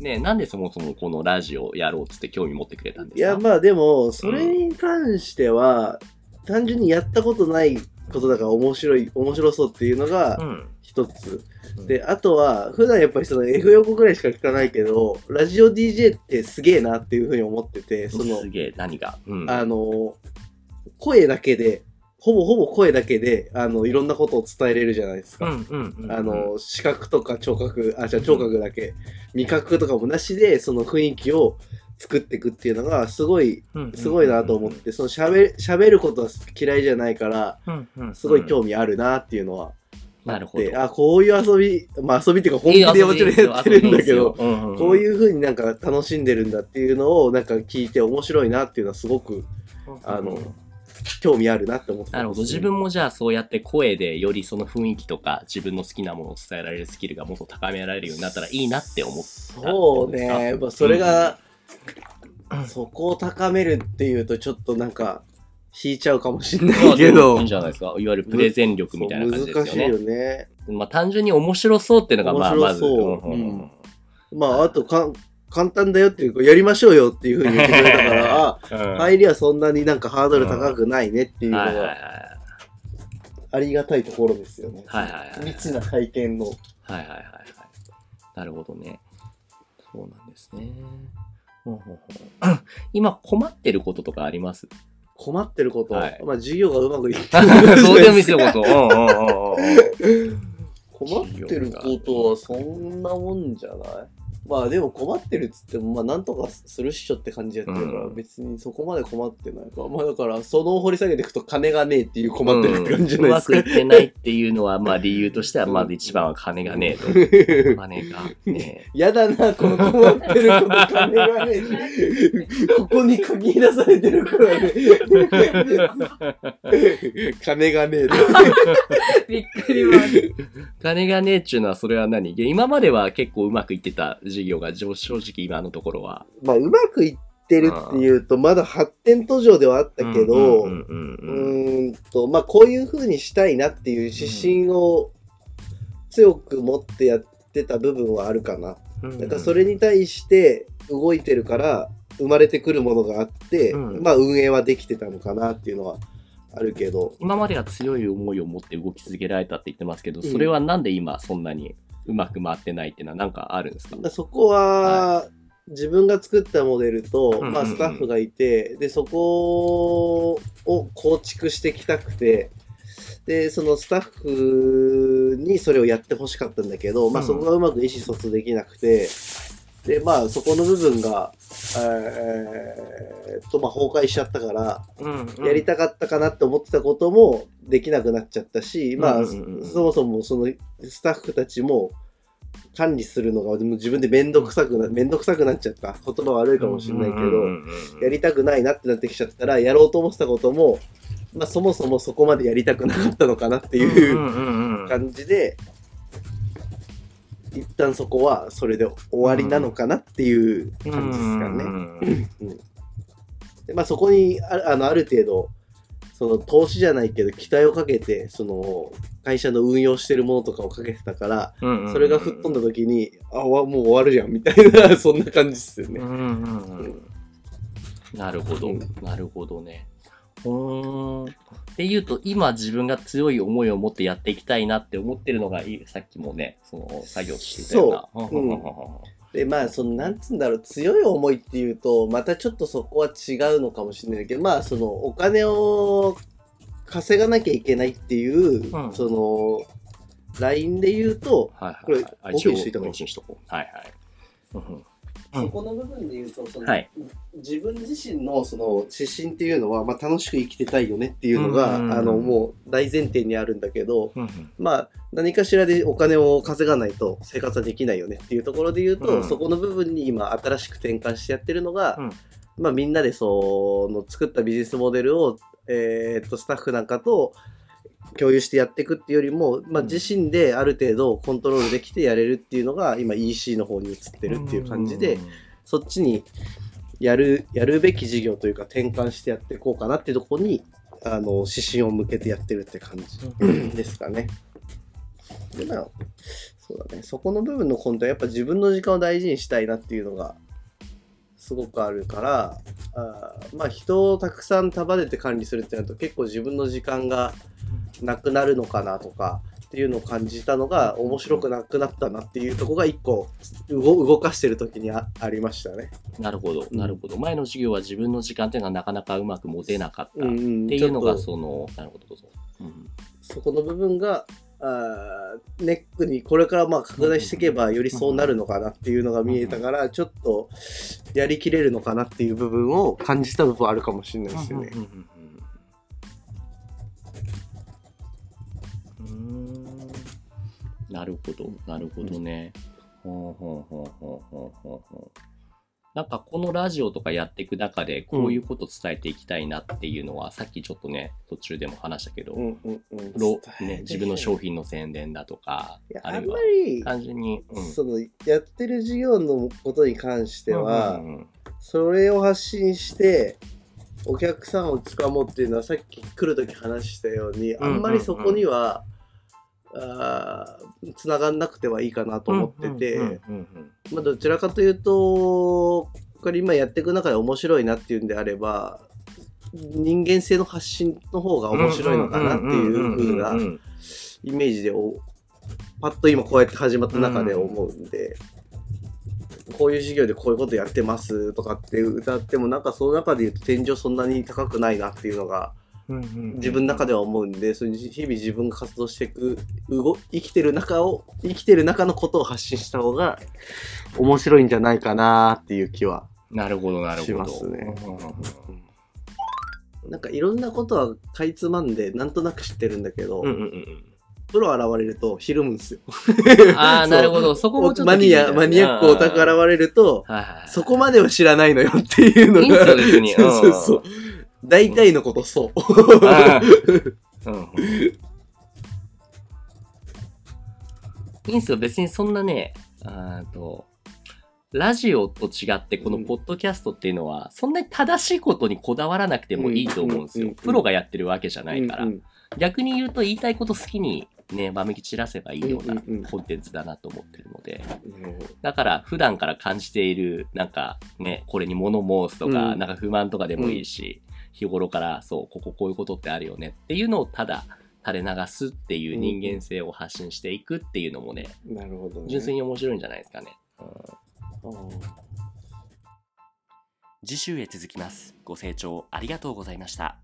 ね、なんでそもそもこのラジオやろうっつって興味持ってくれたんですか？ いや、まあでも、それに関しては、単純にやったことないことだから面白そうっていうのが一つ。で、あとは、普段やっぱりその F 横くらいしか聞かないけど、ラジオ DJ ってすげえなっていうふうに思ってて、 すげえ、何が、 声だけで、ほぼ声だけで、いろんなことを伝えれるじゃないですか。視覚とか聴覚、聴覚だけ、味覚とかもなしで、その雰囲気を作っていくっていうのが、すごいなと思って、その喋ることは嫌いじゃないから、すごい興味あるなっていうのは。 なるほど。 こういう遊び、まあ遊びっていうか本気でもちろんやってるんだけど、こういう風になんか楽しんでるんだっていうのをなんか聞いて面白いなっていうのはすごく、興味あるなって思ってます、ね。 なるほど。自分もじゃあそうやって声でよりその雰囲気とか自分の好きなものを伝えられるスキルがもっと高められるようになったらいいなって思った。 そうね。まあそれが、そこを高めるっていうとちょっとなんか引いちゃうかもしれないけど。 いいんじゃないですか。いわゆるプレゼン力みたいな感じですよね。 難しいよね。 まあ単純に面白そうっていうのがまず。 まああと簡単だよっていうか、やりましょうよっていう風に言ってくれたから、入りはそんなになんかハードル高くないねっていうのは、ありがたいところですよね。未知な体験の。 なるほどね。そうなんですね。今困ってることとかあります？ 困ってること、まあ授業がうまくいってるそうでもいいこと。 困ってることはそんなもんじゃない？まあでも困ってるっつっても、まあなんとかするっしょって感じやってるから、別にそこまで困ってないか。まあだから、その掘り下げていくと金がねえっていう困ってるって感じじゃないですか。 うまくいってないっていうのは、まあ理由としては、まず一番は金がねえと。金がねえ。 やだな、この困ってること金がねえ。ここに書き出されてるからね。金がねえ。 びっくりマジ。金がねえっちゅうのはそれは何？今までは結構うまくいってた事業が正直今のところは。 まあうまくいってるっていうとまだ発展途上ではあったけど、まあこういう風にしたいなっていう指針を強く持ってやってた部分はあるかな。だからそれに対して動いてるから生まれてくるものがあって、まあ運営はできてたのかなっていうのはあるけど。 今までは強い思いを持って動き続けられたって言ってますけど、それはなんで今そんなにうまく回ってないっていうのは何かあるんですか？ そこは、自分が作ったモデルと、まあスタッフがいて、で、そこを構築していきたくて、で、そのスタッフにそれをやってほしかったんだけど、まあそこがうまく意思疎通できなくて、で、まあそこの部分が、まあ崩壊しちゃったから、やりたかったかなって思ってたこともできなくなっちゃったし、まあ、そもそもそのスタッフたちも管理するのが自分でめんどくさくなっちゃった。言葉悪いかもしれないけど、やりたくないなってなってきちゃったら、やろうと思ってたことも、まあそもそもそこまでやりたくなかったのかなっていう感じで、一旦そこはそれで終わりなのかなっていう感じですかね。でまあそこにある程度その投資じゃないけど期待をかけてその会社の運用してるものとかをかけてたから、それが吹っ飛んだ時にもう終わるじゃんみたいなそんな感じですよね。 なるほど、なるほどね。っていうと、今自分が強い思いを持ってやっていきたいなって思ってるのが、さっきもね、その作業していたような。 で、まあ、その、なんつうんだろう、強い思いっていうと、またちょっとそこは違うのかもしれないけど、まあ、その、お金を稼がなきゃいけないっていう、その、ラインで言うと、これ、オフにしといた方がいい。そこの部分で言うと、その自分自身のその指針っていうのは、まあ、楽しく生きてたいよねっていうのが、もう大前提にあるんだけど、まあ、何かしらでお金を稼がないと生活はできないよねっていうところで言うと、そこの部分に今新しく転換してやってるのが、まあ、みんなでその作ったビジネスモデルを、スタッフなんかと共有してやっていくっていうよりも、まあ、自身である程度コントロールできてやれるっていうのが今 EC の方に移ってるっていう感じで、そっちにやるべき事業というか転換してやっていこうかなっていうところに指針を向けてやってるって感じですかね。 でそうだね、そこの部分の根底はやっぱ自分の時間を大事にしたいなっていうのがすごくあるから、まあ人をたくさん束ねて管理するってなると結構自分の時間がなくなるのかなとかっていうのを感じたのが面白くなくなったなっていうところが一個動かしてる時に ありましたね。 なるほど、なるほど。前の授業は自分の時間っていうのはなかなかうまく持てなかったっていうのがなるほど、どうぞ。 そこの部分がネックにこれからまあ拡大していけばよりそうなるのかなっていうのが見えたから、ちょっとやりきれるのかなっていう部分を感じた部分はあるかもしれないですよね。 なるほど、なるほどね。なんかこのラジオとかやっていく中でこういうこと伝えていきたいなっていうのは、さっきちょっとね途中でも話したけど、自分の商品の宣伝だとか、 あんまり単純に、 そのやってる事業のことに関しては、それを発信してお客さんをつかもうっていうのはさっき来る時話したように、あんまりそこにはつながんなくてはいいかなと思ってて、まあどちらかというとこれ今やっていく中で面白いなっていうんであれば人間性の発信の方が面白いのかなっていう風なイメージでパッと今こうやって始まった中で思うんで、こういう授業でこういうことやってますとかって歌ってもなんかその中で言うと天井そんなに高くないなっていうのが自分の中では思うんで、それ日々自分が活動していく生きてる中のことを発信した方が面白いんじゃないかなっていう気はしますね。なんかいろんなことはかいつまんでなんとなく知ってるんだけど、プロ現れるとひるむんですよ。 なるほど。そこもちょっとマニアックオタク現れると、そこまでは知らないのよっていうのが。 いいんですよ、別に。 そう。大体のことそう。 いいんですよ、別にそんなね、ラジオと違ってこのポッドキャストっていうのは、そんなに正しいことにこだわらなくてもいいと思うんですよ。プロがやってるわけじゃないから。逆に言うと言いたいこと好きにね、まめき散らせばいいようなコンテンツだなと思ってるので。だから普段から感じている、なんかね、これに物申すとか、なんか不満とかでもいいし、日頃からそう、こういうことってあるよねっていうのをただ垂れ流すっていう人間性を発信していくっていうのもね、 なるほどね、 純粋に面白いんじゃないですかね。次週へ続きます。ご清聴ありがとうございました。